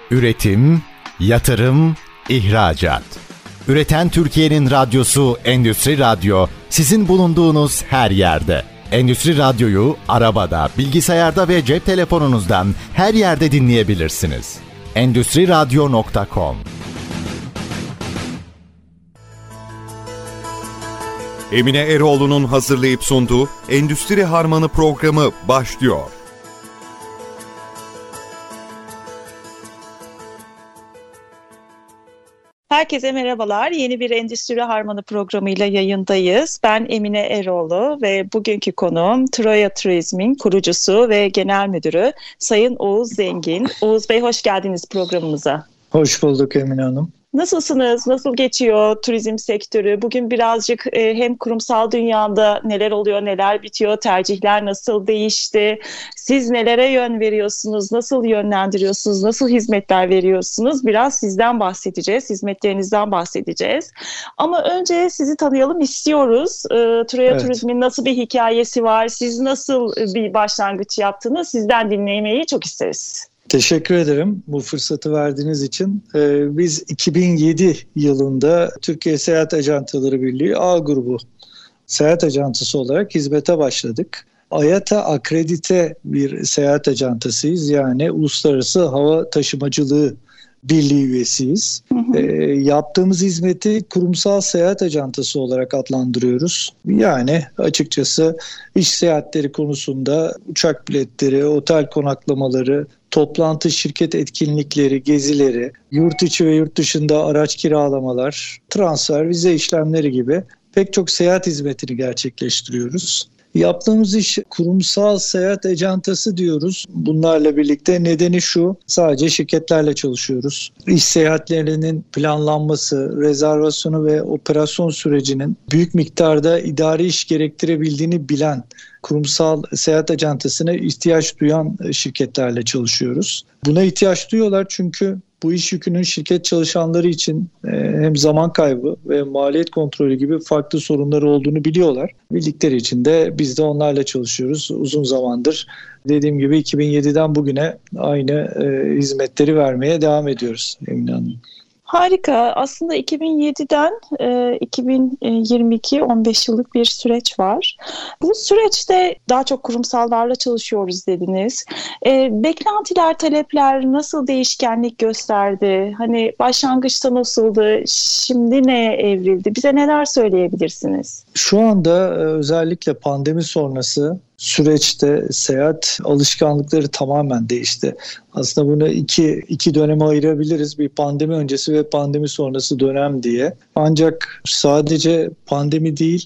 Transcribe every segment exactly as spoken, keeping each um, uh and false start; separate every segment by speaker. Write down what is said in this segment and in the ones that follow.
Speaker 1: Üretim, yatırım, ihracat. Üreten Türkiye'nin radyosu Endüstri Radyo, sizin bulunduğunuz her yerde. Endüstri Radyo'yu arabada, bilgisayarda ve cep telefonunuzdan her yerde dinleyebilirsiniz. endüstri radyo nokta com.
Speaker 2: Emine Eroğlu'nun hazırlayıp sunduğu Endüstri Harmanı programı başlıyor.
Speaker 3: Herkese merhabalar. Yeni bir Endüstri Harmanı programıyla yayındayız. Ben Emine Eroğlu ve bugünkü konuğum Troya Turizm'in kurucusu ve genel müdürü Sayın Oğuz Zengin. Oğuz Bey, hoş geldiniz programımıza.
Speaker 4: Hoş bulduk Emine Hanım.
Speaker 3: Nasılsınız? Nasıl geçiyor turizm sektörü? Bugün birazcık e, hem kurumsal dünyada neler oluyor, neler bitiyor, tercihler nasıl değişti? Siz nelere yön veriyorsunuz, nasıl yönlendiriyorsunuz, nasıl hizmetler veriyorsunuz? Biraz sizden bahsedeceğiz, hizmetlerinizden bahsedeceğiz. Ama önce sizi tanıyalım istiyoruz. E, Troya
Speaker 4: Evet.
Speaker 3: Turizm'in nasıl bir hikayesi var? Siz nasıl bir başlangıç yaptınız? Sizden dinlemeyi çok isteriz.
Speaker 4: Teşekkür ederim bu fırsatı verdiğiniz için. Ee, biz iki bin yedi yılında Türkiye Seyahat Ajantaları Birliği A grubu seyahat ajantısı olarak hizmete başladık. A Y A T A akredite bir seyahat ajantasıyız. Yani Uluslararası Hava Taşımacılığı Birliği üyesiyiz. Hı hı. E, yaptığımız hizmeti kurumsal seyahat ajantası olarak adlandırıyoruz. Yani açıkçası iş seyahatleri konusunda uçak biletleri, otel konaklamaları, toplantı şirket etkinlikleri, gezileri, yurt içi ve yurt dışında araç kiralamalar, transfer, vize işlemleri gibi pek çok seyahat hizmetini gerçekleştiriyoruz. Yaptığımız iş kurumsal seyahat ajantası diyoruz. Bunlarla birlikte nedeni şu: sadece şirketlerle çalışıyoruz. İş seyahatlerinin planlanması, rezervasyonu ve operasyon sürecinin büyük miktarda idari iş gerektirebildiğini bilen kurumsal seyahat ajantasına ihtiyaç duyan şirketlerle çalışıyoruz. Buna ihtiyaç duyuyorlar çünkü bu iş yükünün şirket çalışanları için hem zaman kaybı ve maliyet kontrolü gibi farklı sorunları olduğunu biliyorlar. Bildikleri için de biz de onlarla çalışıyoruz. Uzun zamandır, dediğim gibi iki bin yediden bugüne aynı e, hizmetleri vermeye devam ediyoruz Emine Hanım.
Speaker 3: Harika. Aslında iki bin yediden e, iki bin yirmi iki on beş yıllık bir süreç var. Bu süreçte daha çok kurumsallarla çalışıyoruz dediniz. E, beklentiler, talepler nasıl değişkenlik gösterdi? Hani başlangıçta nasıldı? Şimdi neye evrildi? Bize neler söyleyebilirsiniz?
Speaker 4: Şu anda özellikle pandemi sonrası süreçte seyahat alışkanlıkları tamamen değişti. Aslında bunu iki, iki döneme ayırabiliriz. Bir pandemi öncesi ve pandemi sonrası dönem diye. Ancak sadece pandemi değil,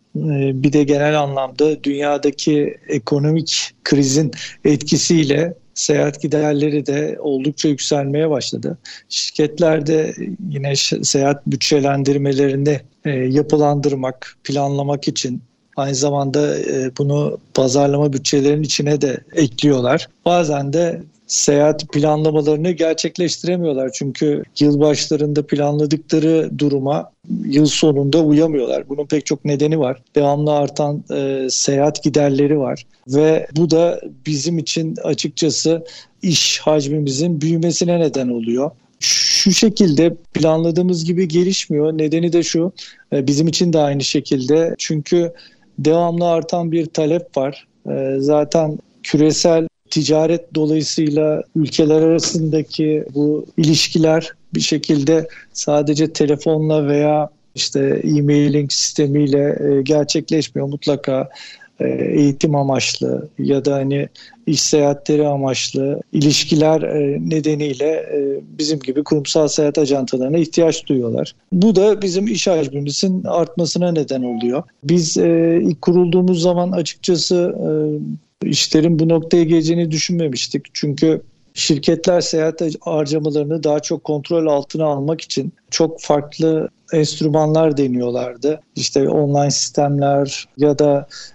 Speaker 4: bir de genel anlamda dünyadaki ekonomik krizin etkisiyle seyahat giderleri de oldukça yükselmeye başladı. Şirketler de yine seyahat bütçelendirmelerini yapılandırmak, planlamak için aynı zamanda bunu pazarlama bütçelerinin içine de ekliyorlar. Bazen de seyahat planlamalarını gerçekleştiremiyorlar. Çünkü yıl başlarında planladıkları duruma yıl sonunda uyamıyorlar. Bunun pek çok nedeni var. Devamlı artan e, seyahat giderleri var. Ve bu da bizim için açıkçası iş hacmimizin büyümesine neden oluyor. Şu şekilde planladığımız gibi gelişmiyor. Nedeni de şu: e, bizim için de aynı şekilde. Çünkü devamlı artan bir talep var. E, zaten küresel ticaret dolayısıyla ülkeler arasındaki bu ilişkiler bir şekilde sadece telefonla veya işte e-mailing sistemiyle gerçekleşmiyor. Mutlaka eğitim amaçlı ya da hani iş seyahatleri amaçlı ilişkiler nedeniyle bizim gibi kurumsal seyahat ajantalarına ihtiyaç duyuyorlar. Bu da bizim iş hacmimizin artmasına neden oluyor. Biz ilk kurulduğumuz zaman açıkçası İşlerin bu noktaya geleceğini düşünmemiştik. Çünkü şirketler seyahat harcamalarını daha çok kontrol altına almak için çok farklı enstrümanlar deniyorlardı. İşte online sistemler ya da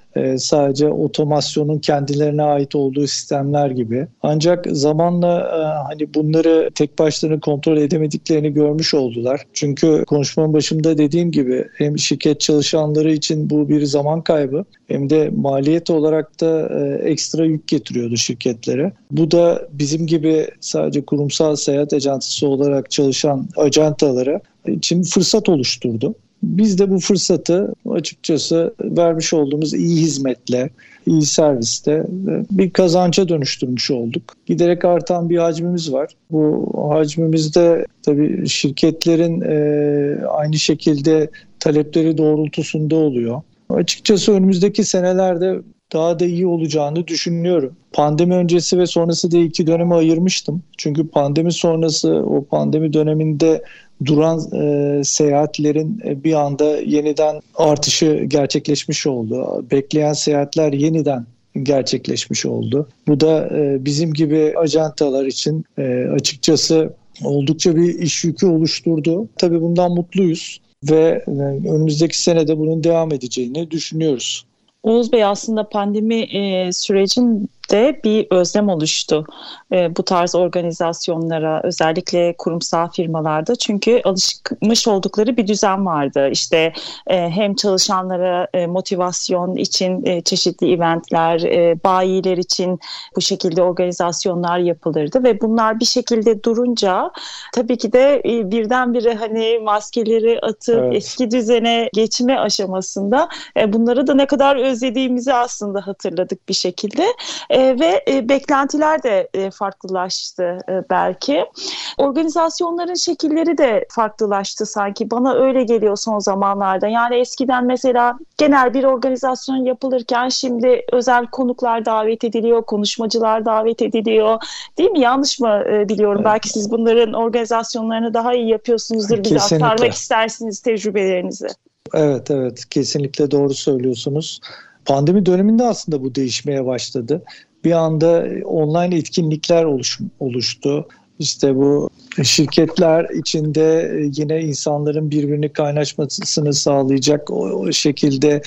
Speaker 4: e, sadece otomasyonun kendilerine ait olduğu sistemler gibi. Ancak zamanla e, hani bunları tek başlarına kontrol edemediklerini görmüş oldular. Çünkü konuşmanın başında dediğim gibi hem şirket çalışanları için bu bir zaman kaybı hem de maliyet olarak da e, ekstra yük getiriyordu şirketlere. Bu da bizim gibi sadece kurumsal seyahat acentası olarak çalışan ajantalara için fırsat oluşturdu. Biz de bu fırsatı açıkçası vermiş olduğumuz iyi hizmetle, iyi serviste bir kazanca dönüştürmüş olduk. Giderek artan bir hacmimiz var. Bu hacmimizde tabii şirketlerin e, aynı şekilde talepleri doğrultusunda oluyor. Açıkçası önümüzdeki senelerde daha da iyi olacağını düşünüyorum. Pandemi öncesi ve sonrası diye iki döneme ayırmıştım. Çünkü pandemi sonrası, o pandemi döneminde duran e, seyahatlerin bir anda yeniden artışı gerçekleşmiş oldu. Bekleyen seyahatler yeniden gerçekleşmiş oldu. Bu da e, bizim gibi ajantalar için e, açıkçası oldukça bir iş yükü oluşturdu. Tabii bundan mutluyuz ve e, önümüzdeki senede bunun devam edeceğini düşünüyoruz.
Speaker 3: Oğuz Bey, aslında pandemi e, sürecinde bir özlem oluştu e, bu tarz organizasyonlara, özellikle kurumsal firmalarda. Çünkü alışmış oldukları bir düzen vardı. İşte e, hem çalışanlara e, motivasyon için e, çeşitli eventler, e, bayiler için bu şekilde organizasyonlar yapılırdı ve bunlar bir şekilde durunca tabii ki de e, birdenbire hani maskeleri atıp evet. eski düzene geçme aşamasında e, bunları da ne kadar özlediğimizi aslında hatırladık bir şekilde e, ve e, beklentiler de e, farklılaştı e, belki. Organizasyonların şekilleri de farklılaştı sanki. Bana öyle geliyor son zamanlarda. Yani eskiden mesela genel bir organizasyon yapılırken şimdi özel konuklar davet ediliyor, konuşmacılar davet ediliyor. Değil mi? Yanlış mı e, biliyorum? Evet. Belki siz bunların organizasyonlarını daha iyi yapıyorsunuzdur. Bize aktarmak istersiniz tecrübelerinizi.
Speaker 4: Evet, evet. Kesinlikle doğru söylüyorsunuz. Pandemi döneminde aslında bu değişmeye başladı. Bir anda online etkinlikler oluş, oluştu. İşte bu şirketler içinde yine insanların birbirini kaynaşmasını sağlayacak o şekilde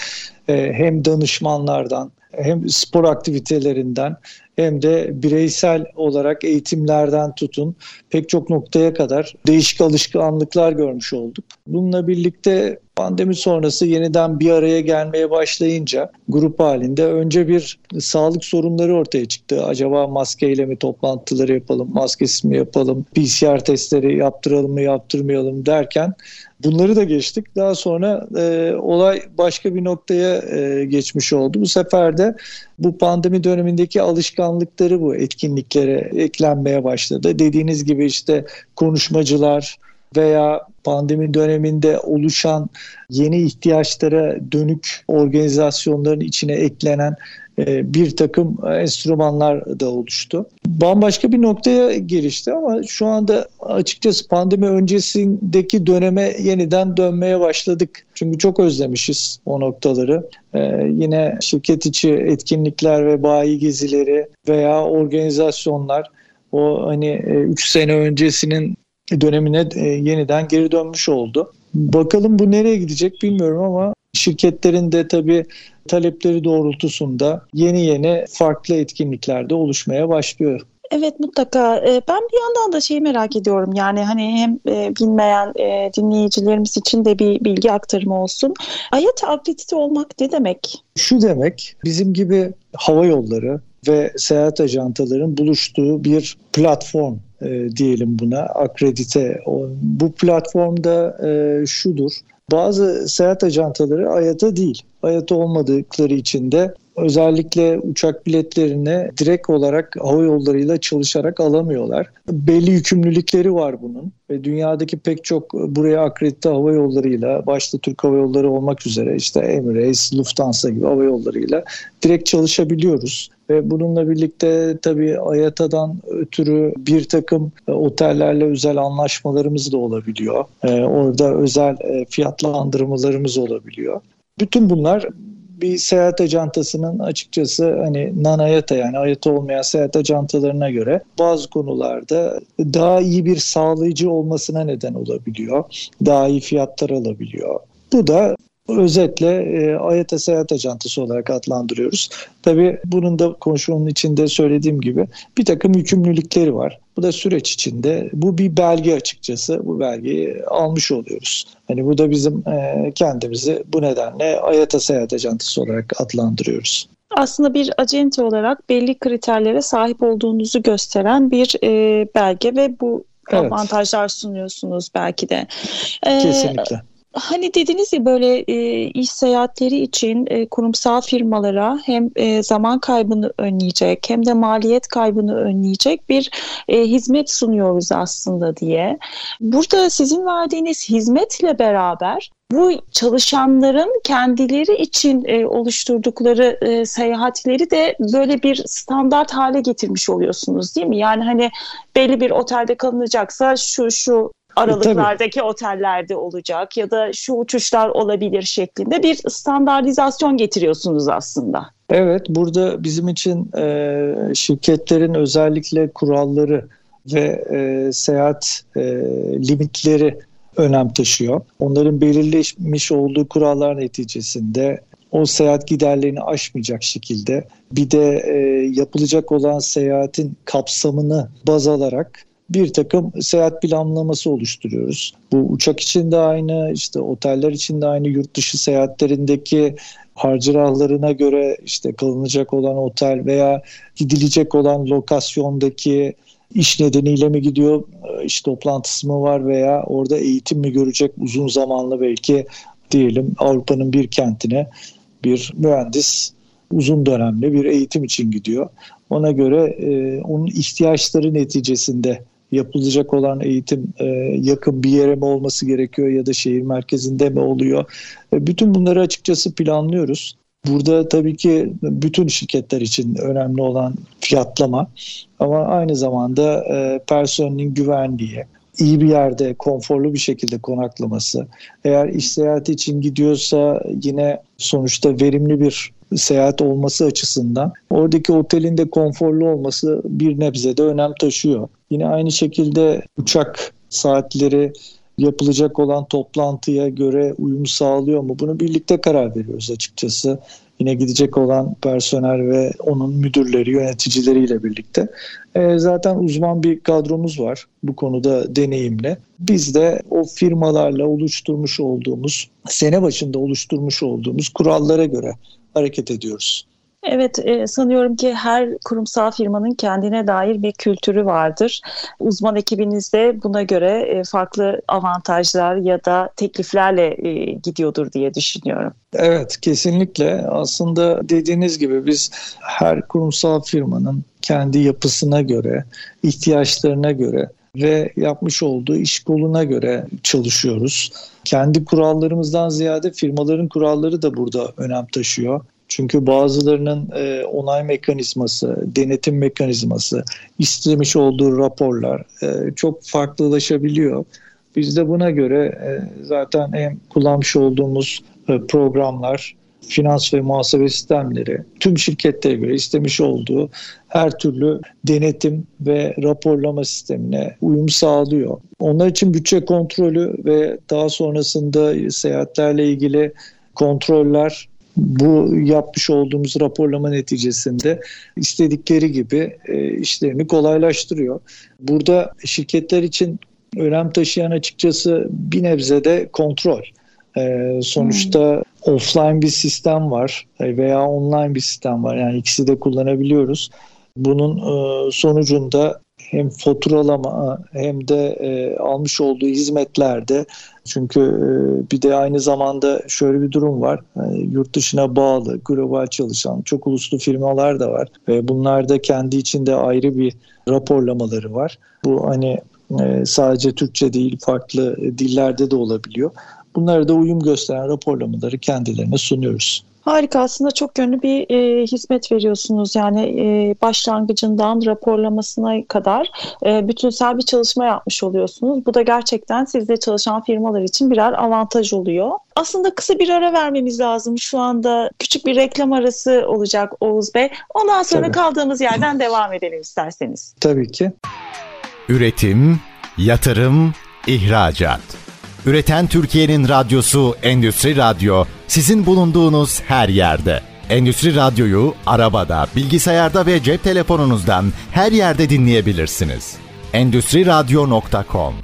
Speaker 4: hem danışmanlardan hem spor aktivitelerinden hem de bireysel olarak eğitimlerden tutun pek çok noktaya kadar değişik alışkanlıklar görmüş olduk. Bununla birlikte pandemi sonrası yeniden bir araya gelmeye başlayınca grup halinde önce bir sağlık sorunları ortaya çıktı. Acaba maskeyle mi toplantıları yapalım, maskesiz mi yapalım, P C R testleri yaptıralım mı yaptırmayalım derken bunları da geçtik. Daha sonra e, olay başka bir noktaya e, geçmiş oldu. Bu sefer de bu pandemi dönemindeki alışkanlıkları bu etkinliklere eklenmeye başladı. Dediğiniz gibi işte konuşmacılar veya pandemi döneminde oluşan yeni ihtiyaçlara dönük organizasyonların içine eklenen e, bir takım enstrümanlar da oluştu. Bambaşka bir noktaya gelişti ama şu anda açıkçası pandemi öncesindeki döneme yeniden dönmeye başladık. Çünkü çok özlemişiz o noktaları. Ee, yine şirket içi etkinlikler ve bayi gezileri veya organizasyonlar o hani üç sene öncesinin dönemine e, yeniden geri dönmüş oldu. Bakalım bu nereye gidecek bilmiyorum ama şirketlerin de tabii talepleri doğrultusunda yeni yeni farklı etkinlikler de oluşmaya başlıyor.
Speaker 3: Evet, mutlaka. Ben bir yandan da şeyi merak ediyorum. Yani hani hem bilmeyen dinleyicilerimiz için de bir bilgi aktarımı olsun. A Y A T akredite olmak ne demek?
Speaker 4: Şu demek, bizim gibi hava yolları ve seyahat ajantaların buluştuğu bir platform e, diyelim buna, akredite. Bu platformda e, şudur. Bazı seyahat ajantaları A Y A T değil. A Y A T olmadıkları için de özellikle uçak biletlerini direkt olarak hava yollarıyla çalışarak alamıyorlar. Belli yükümlülükleri var bunun ve dünyadaki pek çok buraya akredite hava yollarıyla, başta Türk Hava Yolları olmak üzere işte Emirates, Lufthansa gibi hava yollarıyla direkt çalışabiliyoruz. Ve bununla birlikte tabii A Y A T'dan ötürü bir takım otellerle özel anlaşmalarımız da olabiliyor. Ee, orada özel fiyatlandırmalarımız olabiliyor. Bütün bunlar bir seyahat ajantasının açıkçası hani non-A Y A T yani A Y A T olmayan seyahat ajantalarına göre bazı konularda daha iyi bir sağlayıcı olmasına neden olabiliyor. Daha iyi fiyatlar alabiliyor. Bu da Özetle e, A Y T Seyahat Acentası olarak adlandırıyoruz. Tabii bunun da konuşmanın içinde söylediğim gibi bir takım yükümlülükleri var. Bu da süreç içinde. Bu bir belge açıkçası. Bu belgeyi almış oluyoruz. Hani bu da bizim e, kendimizi bu nedenle A Y T Seyahat Acentası olarak adlandırıyoruz.
Speaker 3: Aslında bir acente olarak belli kriterlere sahip olduğunuzu gösteren bir e, belge ve bu evet. avantajlar sunuyorsunuz belki de.
Speaker 4: Ee, Kesinlikle.
Speaker 3: Hani dediniz ya böyle e, iş seyahatleri için e, kurumsal firmalara hem e, zaman kaybını önleyecek hem de maliyet kaybını önleyecek bir e, hizmet sunuyoruz aslında diye. Burada sizin verdiğiniz hizmetle beraber bu çalışanların kendileri için e, oluşturdukları e, seyahatleri de böyle bir standart hale getirmiş oluyorsunuz değil mi? Yani hani belli bir otelde kalınacaksa şu şu aralıklardaki e, otellerde olacak ya da şu uçuşlar olabilir şeklinde bir standartizasyon getiriyorsunuz aslında.
Speaker 4: Evet, burada bizim için e, şirketlerin özellikle kuralları ve e, seyahat e, limitleri önem taşıyor. Onların belirlemiş olduğu kurallar neticesinde o seyahat giderlerini aşmayacak şekilde bir de e, yapılacak olan seyahatin kapsamını baz alarak bir takım seyahat planlaması oluşturuyoruz. Bu uçak için de aynı, işte oteller için de aynı, yurt dışı seyahatlerindeki harcırahlarına göre işte kalınacak olan otel veya gidilecek olan lokasyondaki iş nedeniyle mi gidiyor, iş toplantısı mı var veya orada eğitim mi görecek uzun zamanlı, belki diyelim Avrupa'nın bir kentine bir mühendis uzun dönemli bir eğitim için gidiyor. Ona göre e, onun ihtiyaçları neticesinde yapılacak olan eğitim e, yakın bir yere mi olması gerekiyor ya da şehir merkezinde mi oluyor? E, bütün bunları açıkçası planlıyoruz. Burada tabii ki bütün şirketler için önemli olan fiyatlama ama aynı zamanda e, personelin güvenliği, iyi bir yerde konforlu bir şekilde konaklaması, eğer iş seyahati için gidiyorsa yine sonuçta verimli bir seyahat olması açısından oradaki otelin de konforlu olması bir nebze de önem taşıyor. Yine aynı şekilde uçak saatleri yapılacak olan toplantıya göre uyum sağlıyor mu? Bunu birlikte karar veriyoruz açıkçası. Yine gidecek olan personel ve onun müdürleri, yöneticileriyle birlikte. E, zaten uzman bir kadromuz var bu konuda, deneyimli. Biz de o firmalarla oluşturmuş olduğumuz, sene başında oluşturmuş olduğumuz kurallara göre hareket ediyoruz.
Speaker 3: Evet, e, sanıyorum ki her kurumsal firmanın kendine dair bir kültürü vardır. Uzman ekibiniz de buna göre e, farklı avantajlar ya da tekliflerle e, gidiyordur diye düşünüyorum.
Speaker 4: Evet, kesinlikle. Aslında dediğiniz gibi biz her kurumsal firmanın kendi yapısına göre, ihtiyaçlarına göre ve yapmış olduğu iş koluna göre çalışıyoruz. Kendi kurallarımızdan ziyade firmaların kuralları da burada önem taşıyor. Çünkü bazılarının e, onay mekanizması, denetim mekanizması, istemiş olduğu raporlar e, çok farklılaşabiliyor. Biz de buna göre e, zaten hem kullanmış olduğumuz e, programlar, finans ve muhasebe sistemleri tüm şirketlere göre istemiş olduğu her türlü denetim ve raporlama sistemine uyum sağlıyor. Onlar için bütçe kontrolü ve daha sonrasında seyahatlerle ilgili kontroller bu yapmış olduğumuz raporlama neticesinde istedikleri gibi e, işlerini kolaylaştırıyor. Burada şirketler için önem taşıyan açıkçası bir nebze de kontrol. E, sonuçta hmm. offline bir sistem var veya online bir sistem var. Yani ikisi de kullanabiliyoruz. Bunun e, sonucunda hem faturalama hem de e, almış olduğu hizmetlerde, çünkü e, bir de aynı zamanda şöyle bir durum var. Yani yurt dışına bağlı, global çalışan çok uluslu firmalar da var ve bunlar da kendi içinde ayrı bir raporlamaları var. Bu hani e, sadece Türkçe değil, farklı dillerde de olabiliyor. Bunlara da uyum gösteren raporlamaları kendilerine sunuyoruz.
Speaker 3: Harika, aslında çok yönlü bir e, hizmet veriyorsunuz. Yani e, başlangıcından raporlamasına kadar e, bütünsel bir çalışma yapmış oluyorsunuz. Bu da gerçekten sizde çalışan firmalar için birer avantaj oluyor. Aslında kısa bir ara vermemiz lazım. Şu anda küçük bir reklam arası olacak Oğuz Bey. Ondan sonra Tabii. kaldığımız yerden devam edelim isterseniz.
Speaker 4: Tabii ki.
Speaker 1: Üretim, yatırım, ihracat. Üreten Türkiye'nin radyosu Endüstri Radyo, sizin bulunduğunuz her yerde. Endüstri Radyo'yu arabada, bilgisayarda ve cep telefonunuzdan her yerde dinleyebilirsiniz. endüstri radyo nokta com.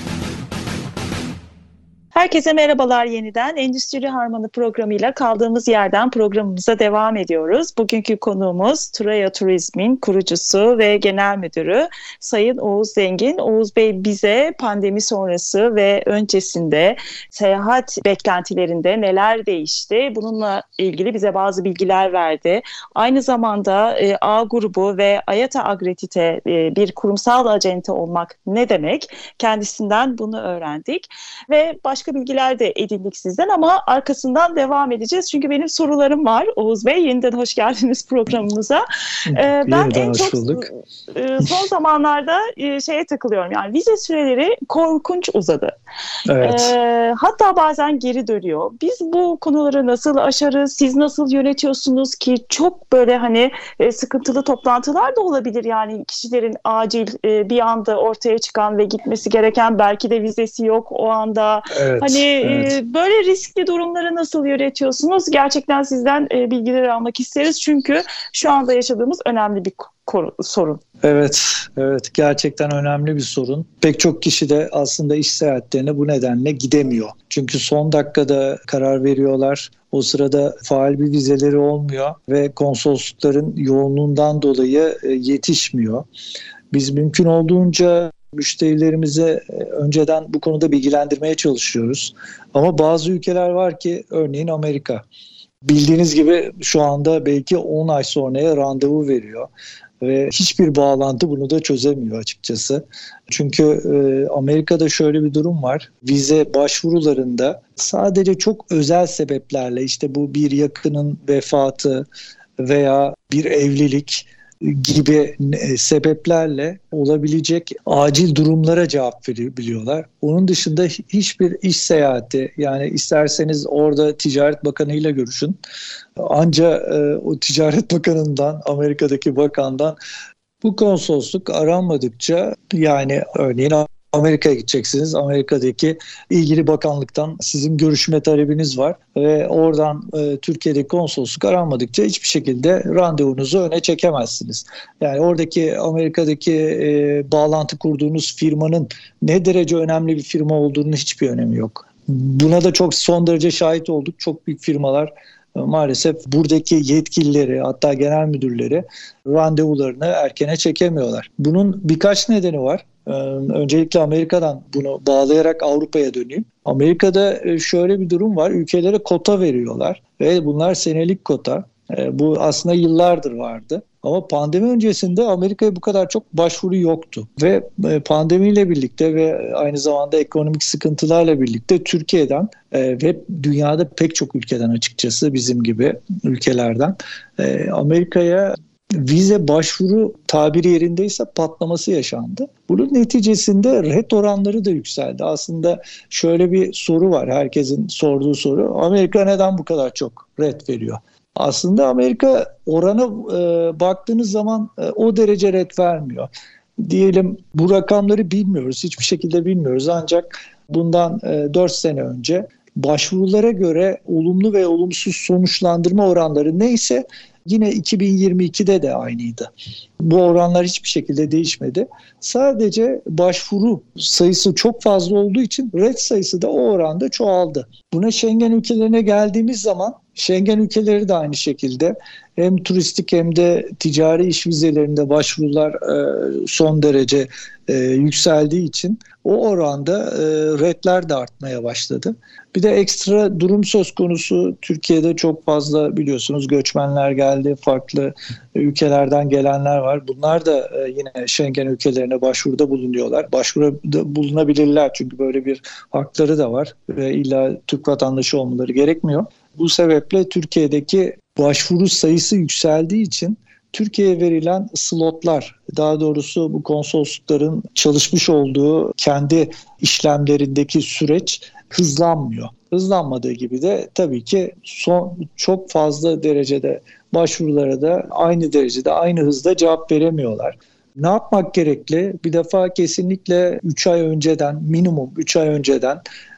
Speaker 3: Herkese merhabalar yeniden. Endüstri Harmanı programıyla kaldığımız yerden programımıza devam ediyoruz. Bugünkü konuğumuz Turaya Turizm'in kurucusu ve genel müdürü Sayın Oğuz Zengin. Oğuz Bey bize pandemi sonrası ve öncesinde seyahat beklentilerinde neler değişti? Bununla ilgili bize bazı bilgiler verdi. Aynı zamanda e, A grubu ve Ayata Agretite e, bir kurumsal acente olmak ne demek? Kendisinden bunu öğrendik ve başka bilgiler de edindik sizden ama arkasından devam edeceğiz. Çünkü benim sorularım var. Oğuz Bey, yeniden hoş geldiniz programımıza. Ee, ben en çok e, son zamanlarda e, şeye takılıyorum. Yani vize süreleri korkunç uzadı. Evet. Ee, hatta bazen geri dönüyor. Biz bu konuları nasıl aşarız? Siz nasıl yönetiyorsunuz ki? Çok böyle hani e, sıkıntılı toplantılar da olabilir. Yani kişilerin acil e, bir anda ortaya çıkan ve gitmesi gereken, belki de vizesi yok o anda. Evet. Hani evet. e, böyle riskli durumları nasıl yönetiyorsunuz? Gerçekten sizden e, bilgileri almak isteriz. Çünkü şu anda yaşadığımız önemli bir kor- sorun.
Speaker 4: Evet, evet gerçekten önemli bir sorun. Pek çok kişi de aslında iş seyahatlerine bu nedenle gidemiyor. Çünkü son dakikada karar veriyorlar. O sırada faal bir vizeleri olmuyor ve konsoloslukların yoğunluğundan dolayı e, yetişmiyor. Biz mümkün olduğunca müşterilerimize önceden bu konuda bilgilendirmeye çalışıyoruz. Ama bazı ülkeler var ki, örneğin Amerika. Bildiğiniz gibi şu anda belki on ay sonraya randevu veriyor. Ve hiçbir bağlantı bunu da çözemiyor açıkçası. Çünkü e, Amerika'da şöyle bir durum var. Vize başvurularında sadece çok özel sebeplerle, işte bu bir yakının vefatı veya bir evlilik gibi sebeplerle olabilecek acil durumlara cevap verebiliyorlar. Onun dışında hiçbir iş seyahati, yani isterseniz orada Ticaret Bakanı ile görüşün. Ancak e, o Ticaret Bakanı'ndan, Amerika'daki bakandan bu konsolosluk aranmadıkça, yani örneğin Amerika'ya gideceksiniz. Amerika'daki ilgili bakanlıktan sizin görüşme talebiniz var ve oradan e, Türkiye'deki konsolosluk aranmadıkça hiçbir şekilde randevunuzu öne çekemezsiniz. Yani oradaki Amerika'daki e, bağlantı kurduğunuz firmanın ne derece önemli bir firma olduğunun hiçbir önemi yok. Buna da çok son derece şahit olduk. Çok büyük firmalar maalesef buradaki yetkilileri, hatta genel müdürleri randevularını erkene çekemiyorlar. Bunun birkaç nedeni var. Öncelikle Amerika'dan bunu bağlayarak Avrupa'ya döneyim. Amerika'da şöyle bir durum var. Ülkelere kota veriyorlar ve bunlar senelik kota. Bu aslında yıllardır vardı. Ama pandemi öncesinde Amerika'ya bu kadar çok başvuru yoktu. Ve pandemiyle birlikte ve aynı zamanda ekonomik sıkıntılarla birlikte Türkiye'den ve dünyada pek çok ülkeden, açıkçası bizim gibi ülkelerden Amerika'ya vize başvuru, tabiri yerindeyse, patlaması yaşandı. Bunun neticesinde ret oranları da yükseldi. Aslında şöyle bir soru var, herkesin sorduğu soru. Amerika neden bu kadar çok ret veriyor? Aslında Amerika oranı e, baktığınız zaman e, o derece ret vermiyor. Diyelim, bu rakamları bilmiyoruz, hiçbir şekilde bilmiyoruz. Ancak bundan e, dört sene önce başvurulara göre olumlu ve olumsuz sonuçlandırma oranları neyse, yine iki bin yirmi ikide de aynıydı. Bu oranlar hiçbir şekilde değişmedi. Sadece başvuru sayısı çok fazla olduğu için red sayısı da o oranda çoğaldı. Buna Schengen ülkelerine geldiğimiz zaman, Schengen ülkeleri de aynı şekilde hem turistik hem de ticari iş vizelerinde başvurular son derece yükseldiği için o oranda redler de artmaya başladı. Bir de ekstra durum söz konusu. Türkiye'de çok fazla, biliyorsunuz, göçmenler geldi, farklı ülkelerden gelenler var. Bunlar da yine Schengen ülkelerine başvuruda bulunuyorlar. Başvuruda bulunabilirler çünkü böyle bir hakları da var ve illa Türk vatandaşı olmaları gerekmiyor. Bu sebeple Türkiye'deki başvuru sayısı yükseldiği için Türkiye'ye verilen slotlar, daha doğrusu bu konsoloslukların çalışmış olduğu kendi işlemlerindeki süreç hızlanmıyor. Hızlanmadığı gibi de tabii ki son çok fazla derecede başvurulara da aynı derecede, aynı hızda cevap veremiyorlar. Ne yapmak gerekli? Bir defa kesinlikle üç ay önceden, minimum üç ay önceden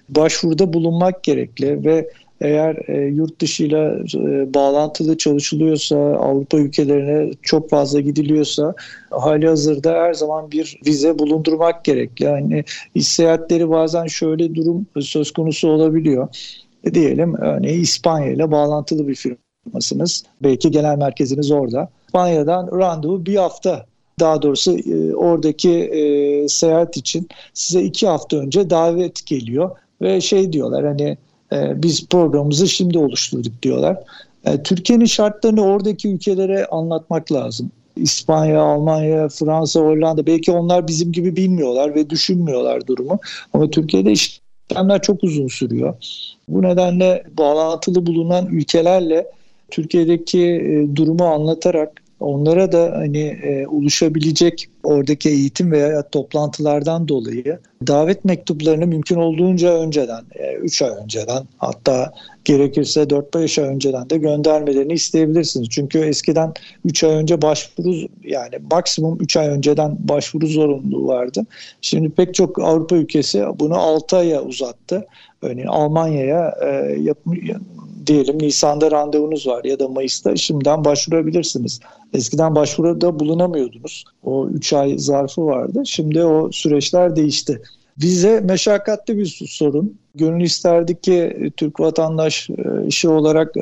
Speaker 4: başvuruda bulunmak gerekli ve eğer e, yurt dışıyla e, bağlantılı çalışılıyorsa, Avrupa ülkelerine çok fazla gidiliyorsa hali hazırda her zaman bir vize bulundurmak gerekli. Yani iş seyahatleri bazen şöyle durum söz konusu olabiliyor. E, diyelim örneğin İspanya ile bağlantılı bir firmasınız. Belki genel merkeziniz orada. İspanya'dan randevu bir hafta. Daha doğrusu e, oradaki e, seyahat için size iki hafta önce davet geliyor ve şey diyorlar hani e, biz programımızı şimdi oluşturduk diyorlar. E, Türkiye'nin şartlarını oradaki ülkelere anlatmak lazım. İspanya, Almanya, Fransa, Hollanda belki onlar bizim gibi bilmiyorlar ve düşünmüyorlar durumu. Ama Türkiye'de işlemler çok uzun sürüyor. Bu nedenle bağlantılı bulunan ülkelerle Türkiye'deki e, durumu anlatarak onlara da hani e, ulaşabilecek oradaki eğitim veya toplantılardan dolayı davet mektuplarını mümkün olduğunca önceden, üç ay önceden hatta gerekirse dört beş ay önceden de göndermelerini isteyebilirsiniz. Çünkü eskiden üç ay önce başvuru yani maksimum üç ay önceden başvuru zorunluluğu vardı. Şimdi pek çok Avrupa ülkesi bunu altı aya uzattı. Örneğin Almanya'ya e, yap, diyelim Nisan'da randevunuz var ya da Mayıs'ta şimdiden başvurabilirsiniz. Eskiden başvuruda bulunamıyordunuz. O üç ay zarfı vardı. Şimdi o süreçler değişti. Vize meşakkatli bir sorun. Gönül isterdik ki Türk vatandaşı olarak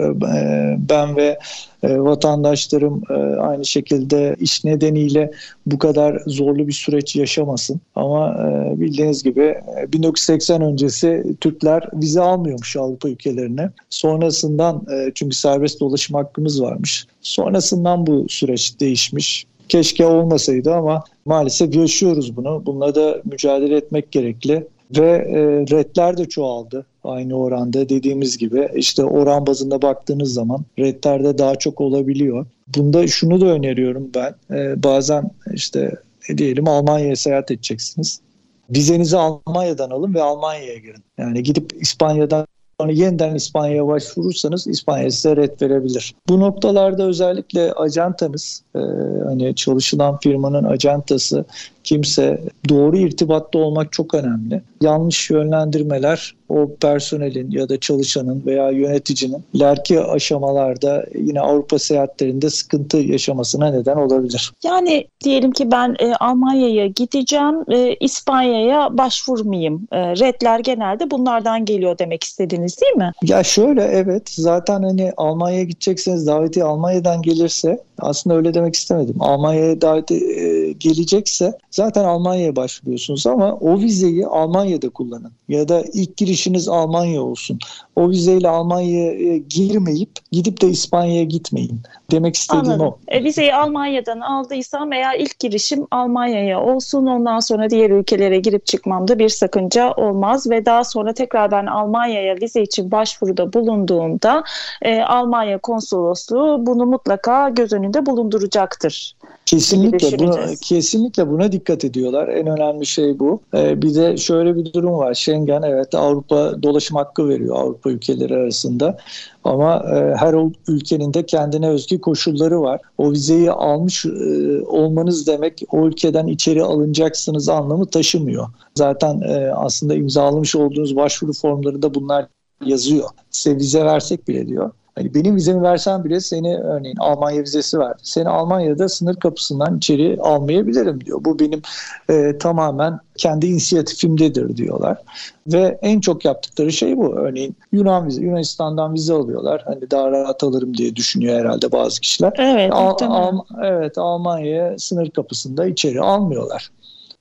Speaker 4: ben ve vatandaşlarım aynı şekilde iş nedeniyle bu kadar zorlu bir süreç yaşamasın. Ama bildiğiniz gibi bin dokuz yüz seksen öncesi Türkler vize almıyormuş Avrupa ülkelerine. Sonrasından çünkü serbest dolaşım hakkımız varmış. Sonrasından bu süreç değişmiş. Keşke olmasaydı ama maalesef yaşıyoruz bunu. Bununla da mücadele etmek gerekli. Ve e, redler de çoğaldı aynı oranda dediğimiz gibi. İşte oran bazında baktığınız zaman redler de daha çok olabiliyor. Bunda şunu da öneriyorum ben. E, bazen işte e, diyelim Almanya'ya seyahat edeceksiniz. Vizenizi Almanya'dan alın ve Almanya'ya girin. Yani gidip İspanya'dan sonra yeniden İspanya'ya başvurursanız İspanya size red verebilir. Bu noktalarda özellikle ajantanız, e, hani çalışılan firmanın ajantası kimse doğru irtibatta olmak çok önemli. Yanlış yönlendirmeler o personelin ya da çalışanın veya yöneticinin ileriki aşamalarda yine Avrupa seyahatlerinde sıkıntı yaşamasına neden olabilir.
Speaker 3: Yani diyelim ki ben e, Almanya'ya gideceğim, e, İspanya'ya başvurmayayım. E, redler genelde bunlardan geliyor demek istediniz değil mi?
Speaker 4: Ya şöyle evet zaten hani Almanya'ya gidecekseniz daveti Almanya'dan gelirse aslında öyle demek istemedim. Almanya'ya daveti e, gelecekse zaten Almanya'ya başvuruyorsunuz ama o vizeyi Almanya'da kullanın. Ya da ilk girişiniz Almanya olsun. O vizeyle Almanya'ya girmeyip gidip de İspanya'ya gitmeyin. Demek istediğim
Speaker 3: Anladım.
Speaker 4: o.
Speaker 3: E, vizeyi Almanya'dan aldıysam veya ilk girişim Almanya'ya olsun. Ondan sonra diğer ülkelere girip çıkmamda bir sakınca olmaz. Ve daha sonra tekrar ben Almanya'ya vize için başvuruda bulunduğumda e, Almanya konsolosluğu bunu mutlaka göz önünde bulunduracaktır.
Speaker 4: Kesinlikle buna, kesinlikle buna dikkat ediyorlar. En önemli şey bu. Ee, bir de şöyle bir durum var. Schengen evet Avrupa dolaşım hakkı veriyor Avrupa ülkeleri arasında. Ama e, her ülkenin de kendine özgü koşulları var. O vizeyi almış e, olmanız demek o ülkeden içeri alınacaksınız anlamı taşımıyor. Zaten e, aslında imzalamış olduğunuz başvuru formlarında bunlar yazıyor. Size vize versek bile diyor. Hani benim vizemi versen bile seni örneğin Almanya vizesi ver. Seni Almanya'da sınır kapısından içeri almayabilirim diyor. Bu benim e, tamamen kendi inisiyatifimdedir diyorlar. Ve en çok yaptıkları şey bu. Örneğin Yunan vize, Yunanistan'dan vize alıyorlar. Hani daha rahat alırım diye düşünüyor herhalde bazı kişiler.
Speaker 3: Evet,
Speaker 4: Al, Al, evet Almanya'ya sınır kapısında içeri almıyorlar.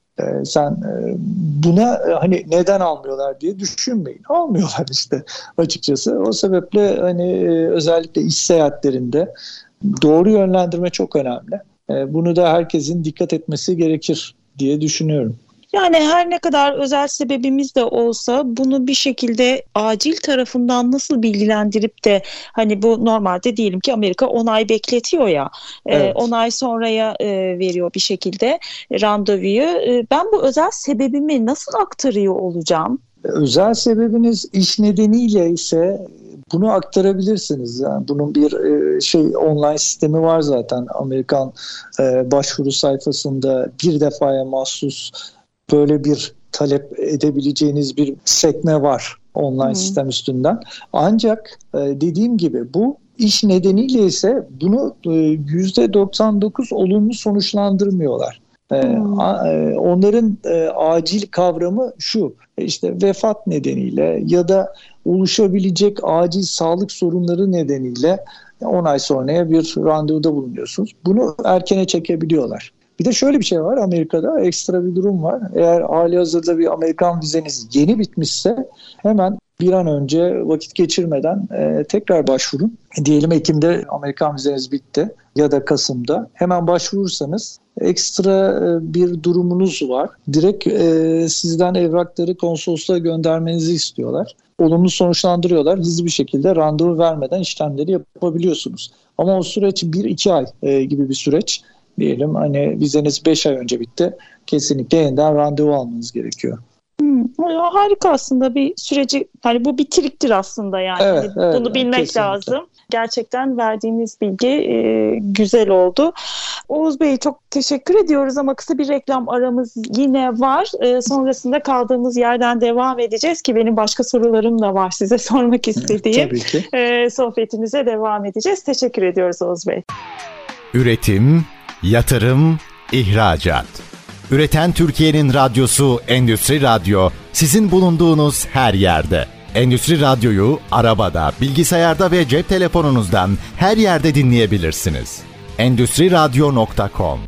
Speaker 4: Sen buna hani neden almıyorlar diye düşünmeyin. Almıyorlar işte açıkçası. O sebeple hani özellikle iş seyahatlerinde doğru yönlendirme çok önemli. Bunu da herkesin dikkat etmesi gerekir diye düşünüyorum.
Speaker 3: Yani her ne kadar özel sebebimiz de olsa bunu bir şekilde acil tarafından nasıl bilgilendirip de hani bu normalde diyelim ki Amerika on ay bekletiyor ya evet. on ay sonraya veriyor bir şekilde randevuyu. Ben bu özel sebebimi nasıl aktarıyor olacağım?
Speaker 4: Özel sebebiniz iş nedeniyle ise bunu aktarabilirsiniz. Yani bunun bir şey online sistemi var zaten Amerikan başvuru sayfasında bir defaya mahsus böyle bir talep edebileceğiniz bir sekme var online hmm. sistem üstünden. Ancak dediğim gibi bu iş nedeniyle ise bunu yüzde doksan dokuz olumlu sonuçlandırmıyorlar. Hmm. Onların acil kavramı şu, işte vefat nedeniyle ya da oluşabilecek acil sağlık sorunları nedeniyle on ay sonraya bir randevuda bulunuyorsunuz. Bunu erkene çekebiliyorlar. Bir de şöyle bir şey var, Amerika'da ekstra bir durum var. Eğer halihazırda bir Amerikan vizeniz yeni bitmişse hemen bir an önce vakit geçirmeden e, tekrar başvurun. Diyelim Ekim'de Amerikan vizeniz bitti ya da Kasım'da. Hemen başvurursanız ekstra e, bir durumunuz var. Direkt e, sizden evrakları konsolosluğa göndermenizi istiyorlar. Olumlu sonuçlandırıyorlar. Hızlı bir şekilde randevu vermeden işlemleri yapabiliyorsunuz. Ama o süreç bir iki ay e, gibi bir süreç. Diyelim hani vizeniz beş ay önce bitti. Kesinlikle yeniden randevu almanız gerekiyor.
Speaker 3: Hmm, harika aslında bir süreci, hani bu bir triktir aslında yani.
Speaker 4: Evet, evet,
Speaker 3: bunu bilmek
Speaker 4: kesinlikle
Speaker 3: lazım. Gerçekten verdiğiniz bilgi e, güzel oldu. Oğuz Bey çok teşekkür ediyoruz ama kısa bir reklam aramız yine var. E, sonrasında kaldığımız yerden devam edeceğiz ki benim başka sorularım da var size sormak istediğim.
Speaker 4: Tabii ki.
Speaker 3: E, sohbetimize devam edeceğiz. Teşekkür ediyoruz Oğuz Bey.
Speaker 1: Üretim, yatırım, ihracat. Üreten Türkiye'nin radyosu Endüstri Radyo, sizin bulunduğunuz her yerde. Endüstri Radyo'yu arabada, bilgisayarda ve cep telefonunuzdan her yerde dinleyebilirsiniz. endüstri radyo nokta com.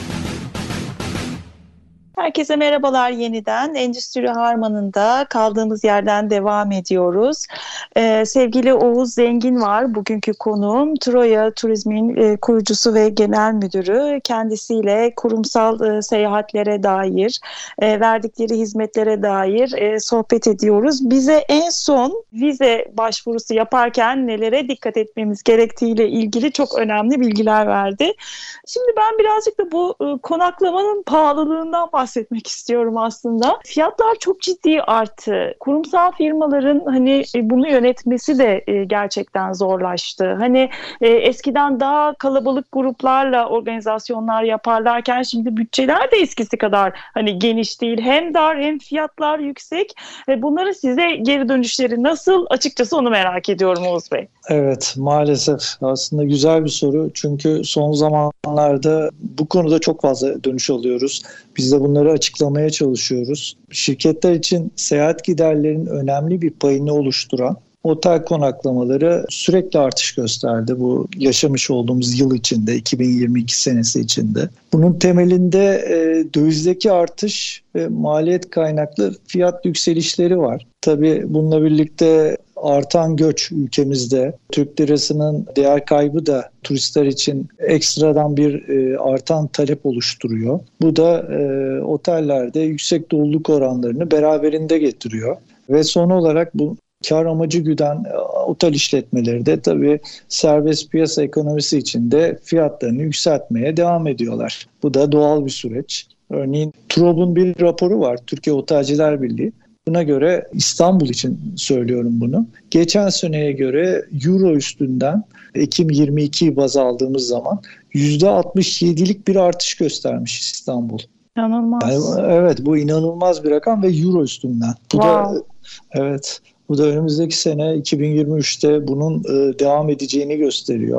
Speaker 3: Herkese merhabalar yeniden. Endüstri Harmanı'nda kaldığımız yerden devam ediyoruz. Ee, sevgili Oğuz Zengin var bugünkü konuğum. Troya Turizm'in e, kurucusu ve genel müdürü. Kendisiyle kurumsal e, seyahatlere dair, e, verdikleri hizmetlere dair e, sohbet ediyoruz. Bize en son vize başvurusu yaparken nelere dikkat etmemiz gerektiğiyle ilgili çok önemli bilgiler verdi. Şimdi ben birazcık da bu e, konaklamanın pahalılığından bahsedeyim. bahsetmek istiyorum aslında. Fiyatlar çok ciddi arttı. Kurumsal firmaların hani bunu yönetmesi de gerçekten zorlaştı. Hani eskiden daha kalabalık gruplarla organizasyonlar yaparlarken şimdi bütçeler de eskisi kadar hani geniş değil. Hem dar hem fiyatlar yüksek. Bunların size geri dönüşleri nasıl? Açıkçası onu merak ediyorum Oğuz Bey.
Speaker 4: Evet, maalesef aslında güzel bir soru. Çünkü son zamanlarda bu konuda çok fazla dönüş alıyoruz. Biz de bunları açıklamaya çalışıyoruz. Şirketler için seyahat giderlerinin önemli bir payını oluşturan otel konaklamaları sürekli artış gösterdi bu yaşamış olduğumuz yıl içinde, iki bin yirmi iki senesi içinde. Bunun temelinde e, dövizdeki artış ve maliyet kaynaklı fiyat yükselişleri var. Tabii bununla birlikte artan göç ülkemizde, Türk lirasının değer kaybı da turistler için ekstradan bir e, artan talep oluşturuyor. Bu da e, otellerde yüksek doluluk oranlarını beraberinde getiriyor. Ve son olarak bu kar amacı güden otel işletmeleri de tabii serbest piyasa ekonomisi içinde fiyatlarını yükseltmeye devam ediyorlar. Bu da doğal bir süreç. Örneğin TUROB'un bir raporu var, Türkiye Otelciler Birliği. Buna göre İstanbul için söylüyorum bunu. Geçen seneye göre Euro üstünden Ekim yirmi ikiyi baz aldığımız zaman yüzde altmış yedilik bir artış göstermiş İstanbul.
Speaker 3: İnanılmaz.
Speaker 4: Yani, evet, bu inanılmaz bir rakam ve Euro üstünden. Bu wow. da evet. Bu da önümüzdeki sene iki bin yirmi üçte bunun e, devam edeceğini gösteriyor.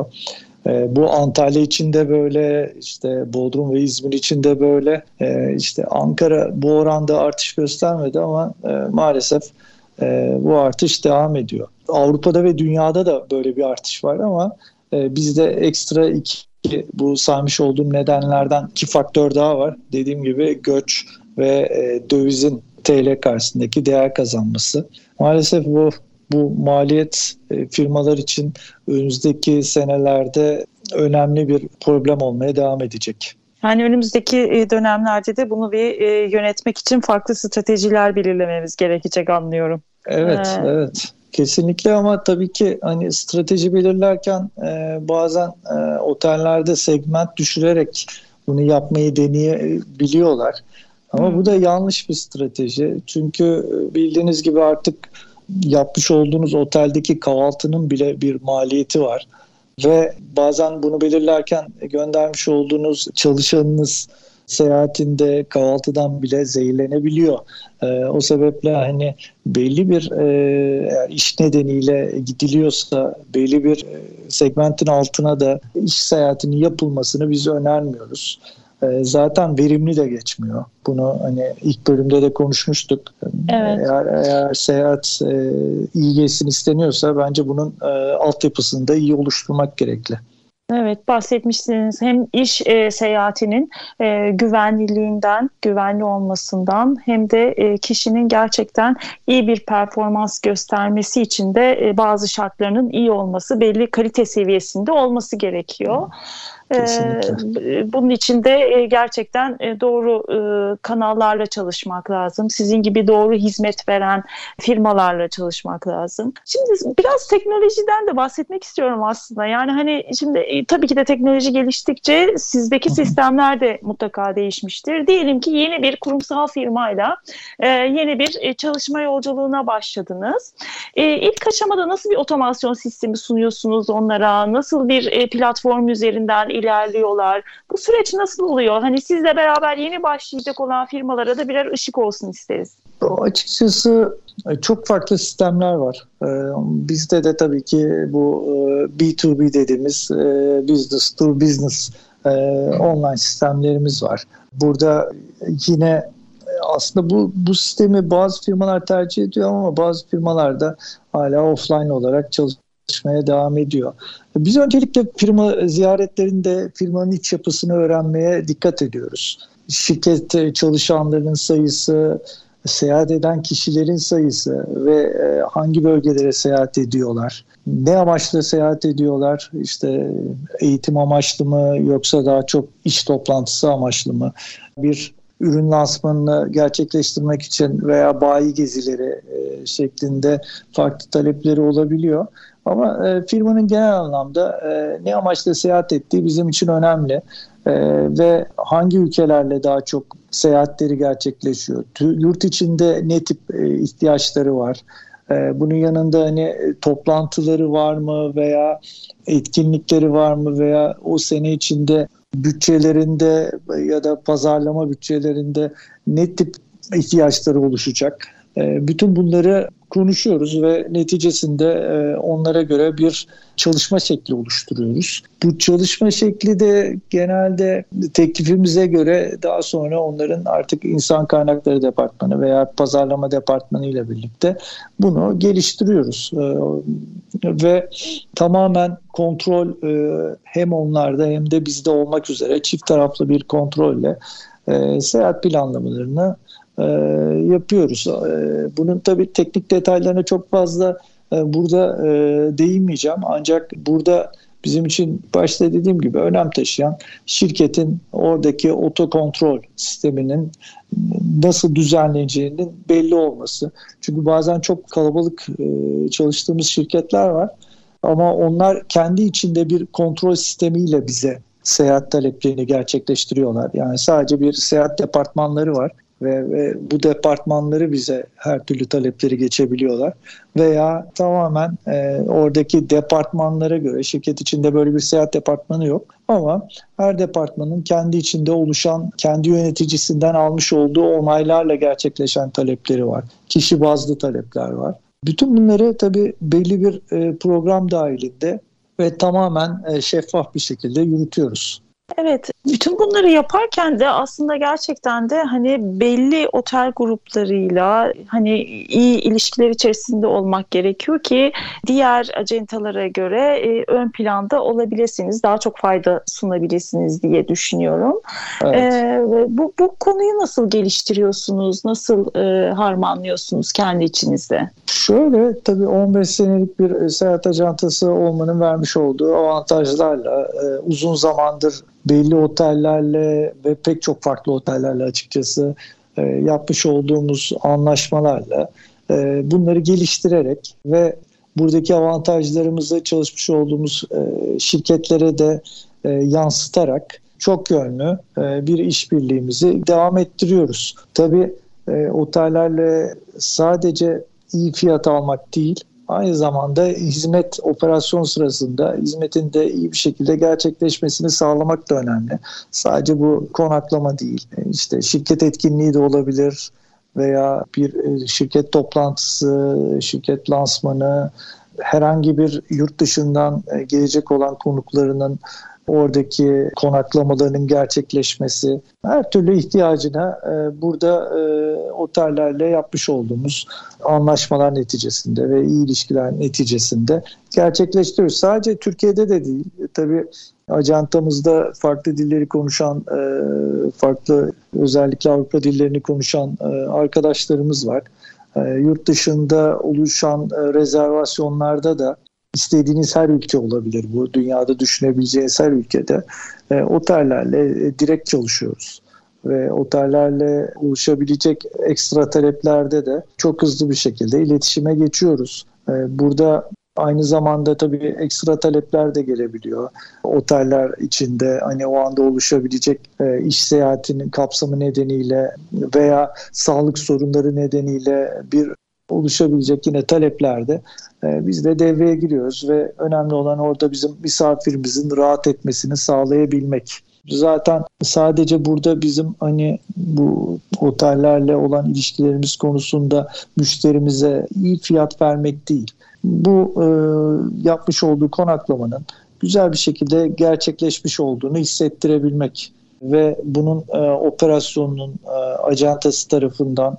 Speaker 4: E, bu Antalya için de böyle, işte Bodrum ve İzmir için de böyle. E, işte Ankara bu oranda artış göstermedi ama e, maalesef e, bu artış devam ediyor. Avrupa'da ve dünyada da böyle bir artış var ama e, bizde ekstra iki bu saymış olduğum nedenlerden iki faktör daha var. Dediğim gibi göç ve e, dövizin T L karşısındaki değer kazanması. Maalesef bu bu maliyet e, firmalar için önümüzdeki senelerde önemli bir problem olmaya devam edecek.
Speaker 3: Yani önümüzdeki dönemlerde de bunu bir e, yönetmek için farklı stratejiler belirlememiz gerekecek anlıyorum.
Speaker 4: Evet, ee... evet. Kesinlikle ama tabii ki hani strateji belirlerken e, bazen e, otellerde segment düşürerek bunu yapmayı deneyebiliyorlar. Ama hmm. bu da yanlış bir strateji. Çünkü bildiğiniz gibi artık yapmış olduğunuz oteldeki kahvaltının bile bir maliyeti var. Ve bazen bunu belirlerken göndermiş olduğunuz çalışanınız seyahatinde kahvaltıdan bile zehirlenebiliyor. E, o sebeple hani belli bir e, eğer iş nedeniyle gidiliyorsa belli bir e, segmentin altına da iş seyahatinin yapılmasını biz önermiyoruz. E, zaten verimli de geçmiyor. Bunu hani ilk bölümde de konuşmuştuk.
Speaker 3: Evet.
Speaker 4: Eğer, eğer seyahat e, iyi geçsin isteniyorsa bence bunun e, altyapısını da iyi oluşturmak gerekli.
Speaker 3: Evet, bahsetmişsiniz hem iş e, seyahatinin e, güvenliliğinden, güvenli olmasından hem de e, kişinin gerçekten iyi bir performans göstermesi için de e, bazı şartlarının iyi olması, belli kalite seviyesinde olması gerekiyor.
Speaker 4: Kesinlikle.
Speaker 3: Bunun için de gerçekten doğru kanallarla çalışmak lazım. Sizin gibi doğru hizmet veren firmalarla çalışmak lazım. Şimdi biraz teknolojiden de bahsetmek istiyorum aslında. Yani hani şimdi tabii ki de teknoloji geliştikçe sizdeki sistemler de mutlaka değişmiştir. Diyelim ki yeni bir kurumsal firmayla yeni bir çalışma yolculuğuna başladınız. İlk aşamada nasıl bir otomasyon sistemi sunuyorsunuz onlara? Nasıl bir platform üzerinden ilerliyorlar? Bu süreç nasıl oluyor? Hani sizle beraber yeni başlayacak olan firmalara da birer ışık olsun isteriz.
Speaker 4: Açıkçası çok farklı sistemler var. Bizde de tabii ki bu B iki B dediğimiz business to business online sistemlerimiz var. Burada yine aslında bu bu sistemi bazı firmalar tercih ediyor ama bazı firmalar da hala offline olarak çalışmaya devam ediyor. Biz öncelikle firma ziyaretlerinde firmanın iç yapısını öğrenmeye dikkat ediyoruz. Şirket çalışanlarının sayısı, seyahat eden kişilerin sayısı ve hangi bölgelere seyahat ediyorlar, ne amaçla seyahat ediyorlar, işte eğitim amaçlı mı yoksa daha çok iş toplantısı amaçlı mı, bir ürün lansmanını gerçekleştirmek için veya bayi gezileri e, şeklinde farklı talepleri olabiliyor. Ama e, firmanın genel anlamda e, ne amaçla seyahat ettiği bizim için önemli. E, ve hangi ülkelerle daha çok seyahatleri gerçekleşiyor. Yurt içinde ne tip e, ihtiyaçları var? E, bunun yanında hani e, toplantıları var mı veya etkinlikleri var mı veya o sene içinde bütçelerinde ya da pazarlama bütçelerinde ne tip ihtiyaçları oluşacak? Bütün bunları konuşuyoruz ve neticesinde onlara göre bir çalışma şekli oluşturuyoruz. Bu çalışma şekli de genelde teklifimize göre daha sonra onların artık insan kaynakları departmanı veya pazarlama departmanı ile birlikte bunu geliştiriyoruz. Ve tamamen kontrol hem onlarda hem de bizde olmak üzere çift taraflı bir kontrolle seyahat planlamalarını E, yapıyoruz. E, bunun tabii teknik detaylarına çok fazla e, burada e, değinmeyeceğim. Ancak burada bizim için başta dediğim gibi önem taşıyan şirketin oradaki otokontrol sisteminin nasıl düzenleneceğinin belli olması. Çünkü bazen çok kalabalık e, çalıştığımız şirketler var. Ama onlar kendi içinde bir kontrol sistemiyle bize seyahat taleplerini gerçekleştiriyorlar. Yani sadece bir seyahat departmanları var. Ve, ve bu departmanları bize her türlü talepleri geçebiliyorlar. Veya tamamen e, oradaki departmanlara göre, şirket içinde böyle bir seyahat departmanı yok. Ama her departmanın kendi içinde oluşan, kendi yöneticisinden almış olduğu onaylarla gerçekleşen talepleri var. Kişi bazlı talepler var. Bütün bunları tabii belli bir e, program dahilinde ve tamamen e, şeffaf bir şekilde yürütüyoruz.
Speaker 3: Evet, bütün bunları yaparken de aslında gerçekten de hani belli otel gruplarıyla hani iyi ilişkiler içerisinde olmak gerekiyor ki diğer acentalara göre e, ön planda olabilirsiniz, daha çok fayda sunabilirsiniz diye düşünüyorum.
Speaker 4: Evet.
Speaker 3: E, bu, bu konuyu nasıl geliştiriyorsunuz, nasıl e, harmanlıyorsunuz kendi içinizde?
Speaker 4: Şöyle, tabii on beş senelik bir seyahat acentası olmanın vermiş olduğu avantajlarla e, uzun zamandır belli otellerle ve pek çok farklı otellerle açıkçası e, yapmış olduğumuz anlaşmalarla e, bunları geliştirerek ve buradaki avantajlarımızı çalışmış olduğumuz e, şirketlere de e, yansıtarak çok yönlü e, bir işbirliğimizi devam ettiriyoruz. Tabii e, otellerle sadece iyi fiyat almak değil, aynı zamanda hizmet operasyon sırasında hizmetin de iyi bir şekilde gerçekleşmesini sağlamak da önemli. Sadece bu konaklama değil, işte şirket etkinliği de olabilir veya bir şirket toplantısı, şirket lansmanı, herhangi bir yurt dışından gelecek olan konuklarının oradaki konaklamalarının gerçekleşmesi, her türlü ihtiyacına e, burada e, otellerle yapmış olduğumuz anlaşmalar neticesinde ve iyi ilişkiler neticesinde gerçekleştiriyoruz. Sadece Türkiye'de de değil, e, tabii ajantamızda farklı dilleri konuşan, e, farklı özellikle Avrupa dillerini konuşan e, arkadaşlarımız var. E, yurt dışında oluşan e, rezervasyonlarda da İstediğiniz her ülke olabilir bu. Dünyada düşünebileceğiniz her ülkede e, otellerle e, direkt çalışıyoruz. Ve otellerle oluşabilecek ekstra taleplerde de çok hızlı bir şekilde iletişime geçiyoruz. E, burada aynı zamanda tabii ekstra talepler de gelebiliyor. Oteller içinde hani o anda oluşabilecek e, iş seyahatinin kapsamı nedeniyle veya sağlık sorunları nedeniyle bir oluşabilecek yine taleplerde e, biz de devreye giriyoruz ve önemli olan orada bizim misafirimizin rahat etmesini sağlayabilmek. Zaten sadece burada bizim hani bu otellerle olan ilişkilerimiz konusunda müşterimize iyi fiyat vermek değil. Bu e, yapmış olduğu konaklamanın güzel bir şekilde gerçekleşmiş olduğunu hissettirebilmek ve bunun e, operasyonunun e, acentası tarafından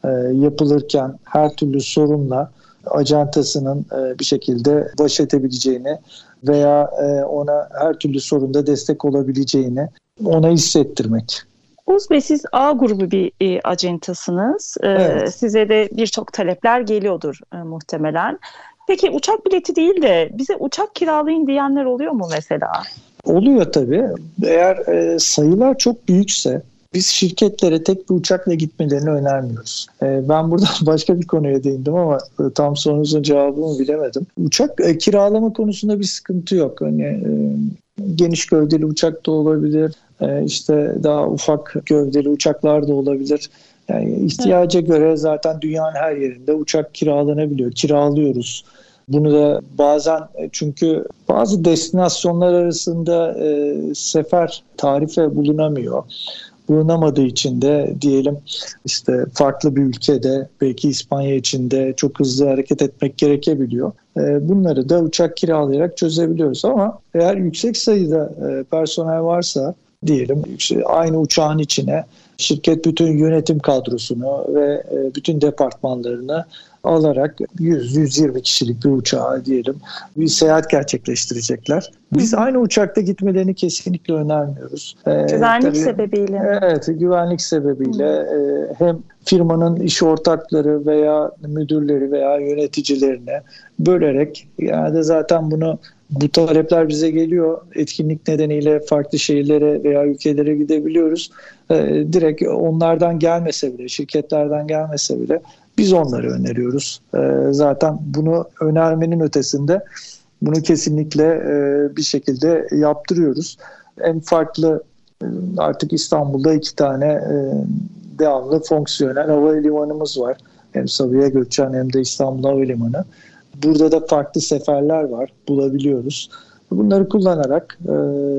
Speaker 4: yapılırken her türlü sorunla ajantasının bir şekilde baş edebileceğini veya ona her türlü sorunda destek olabileceğini ona hissettirmek.
Speaker 3: Oğuz Bey, siz A grubu bir e, acentasınız. E, evet. Size de birçok talepler geliyordur e, muhtemelen. Peki uçak bileti değil de bize uçak kiralayın diyenler oluyor mu mesela?
Speaker 4: Oluyor tabii. Eğer e, sayılar çok büyükse biz şirketlere tek bir uçakla gitmelerini önermiyoruz. Ee, ben burada başka bir konuya değindim ama tam sorunuzun cevabını bilemedim. Uçak e, kiralama konusunda bir sıkıntı yok. Hani e, geniş gövdeli uçak da olabilir, e, işte daha ufak gövdeli uçaklar da olabilir. Yani ihtiyaca evet. göre zaten dünyanın her yerinde uçak kiralanabiliyor. Kiralıyoruz. Bunu da bazen çünkü bazı destinasyonlar arasında e, sefer tarife bulunamıyor. Bulunamadığı için de diyelim işte farklı bir ülkede belki İspanya içinde çok hızlı hareket etmek gerekebiliyor. Bunları da uçak kiralayarak çözebiliyoruz ama eğer yüksek sayıda personel varsa diyelim aynı uçağın içine şirket bütün yönetim kadrosunu ve bütün departmanlarını alarak yüz yüz yirmi kişilik bir uçağa diyelim bir seyahat gerçekleştirecekler. Biz aynı uçakta gitmelerini kesinlikle önermiyoruz.
Speaker 3: Güvenlik ee, tabii, sebebiyle.
Speaker 4: Evet, güvenlik sebebiyle e, hem firmanın iş ortakları veya müdürleri veya yöneticilerine bölerek, yani de zaten bunu bu talepler bize geliyor. Etkinlik nedeniyle farklı şehirlere veya ülkelere gidebiliyoruz. Ee, direkt onlardan gelmese bile, şirketlerden gelmese bile biz onları öneriyoruz. Ee, zaten bunu önermenin ötesinde bunu kesinlikle e, bir şekilde yaptırıyoruz. En farklı artık İstanbul'da iki tane e, devamlı fonksiyonel havalimanımız var. Hem Sabiha Gökçen hem de İstanbul Havalimanı. Burada da farklı seferler var, bulabiliyoruz. Bunları kullanarak e,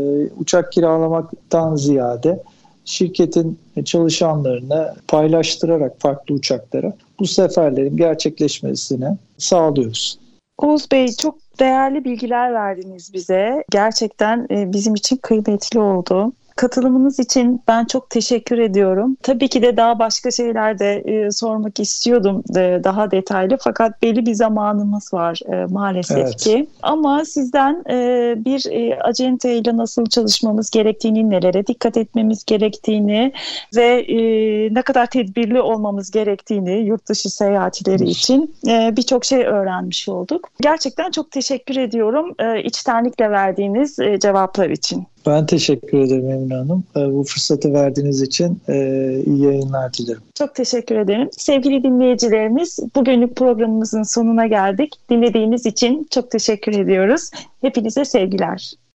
Speaker 4: uçak kiralamaktan ziyade şirketin çalışanlarını paylaştırarak farklı uçaklara bu seferlerin gerçekleşmesini sağlıyoruz.
Speaker 3: Oğuz Bey, çok değerli bilgiler verdiniz bize. Gerçekten bizim için kıymetli oldu. Katılımınız için ben çok teşekkür ediyorum. Tabii ki de daha başka şeyler de e, sormak istiyordum e, daha detaylı. Fakat belli bir zamanımız var e, maalesef evet. ki. Ama sizden e, bir e, acenteyle nasıl çalışmamız gerektiğini, nelere dikkat etmemiz gerektiğini ve e, ne kadar tedbirli olmamız gerektiğini yurt dışı seyahatleri için e, birçok şey öğrenmiş olduk. Gerçekten çok teşekkür ediyorum e, içtenlikle verdiğiniz e, cevaplar için.
Speaker 4: Ben teşekkür ederim Emine Hanım. Bu fırsatı verdiğiniz için iyi yayınlar dilerim.
Speaker 3: Çok teşekkür ederim. Sevgili dinleyicilerimiz, bugünlük programımızın sonuna geldik. Dinlediğiniz için çok teşekkür ediyoruz. Hepinize sevgiler.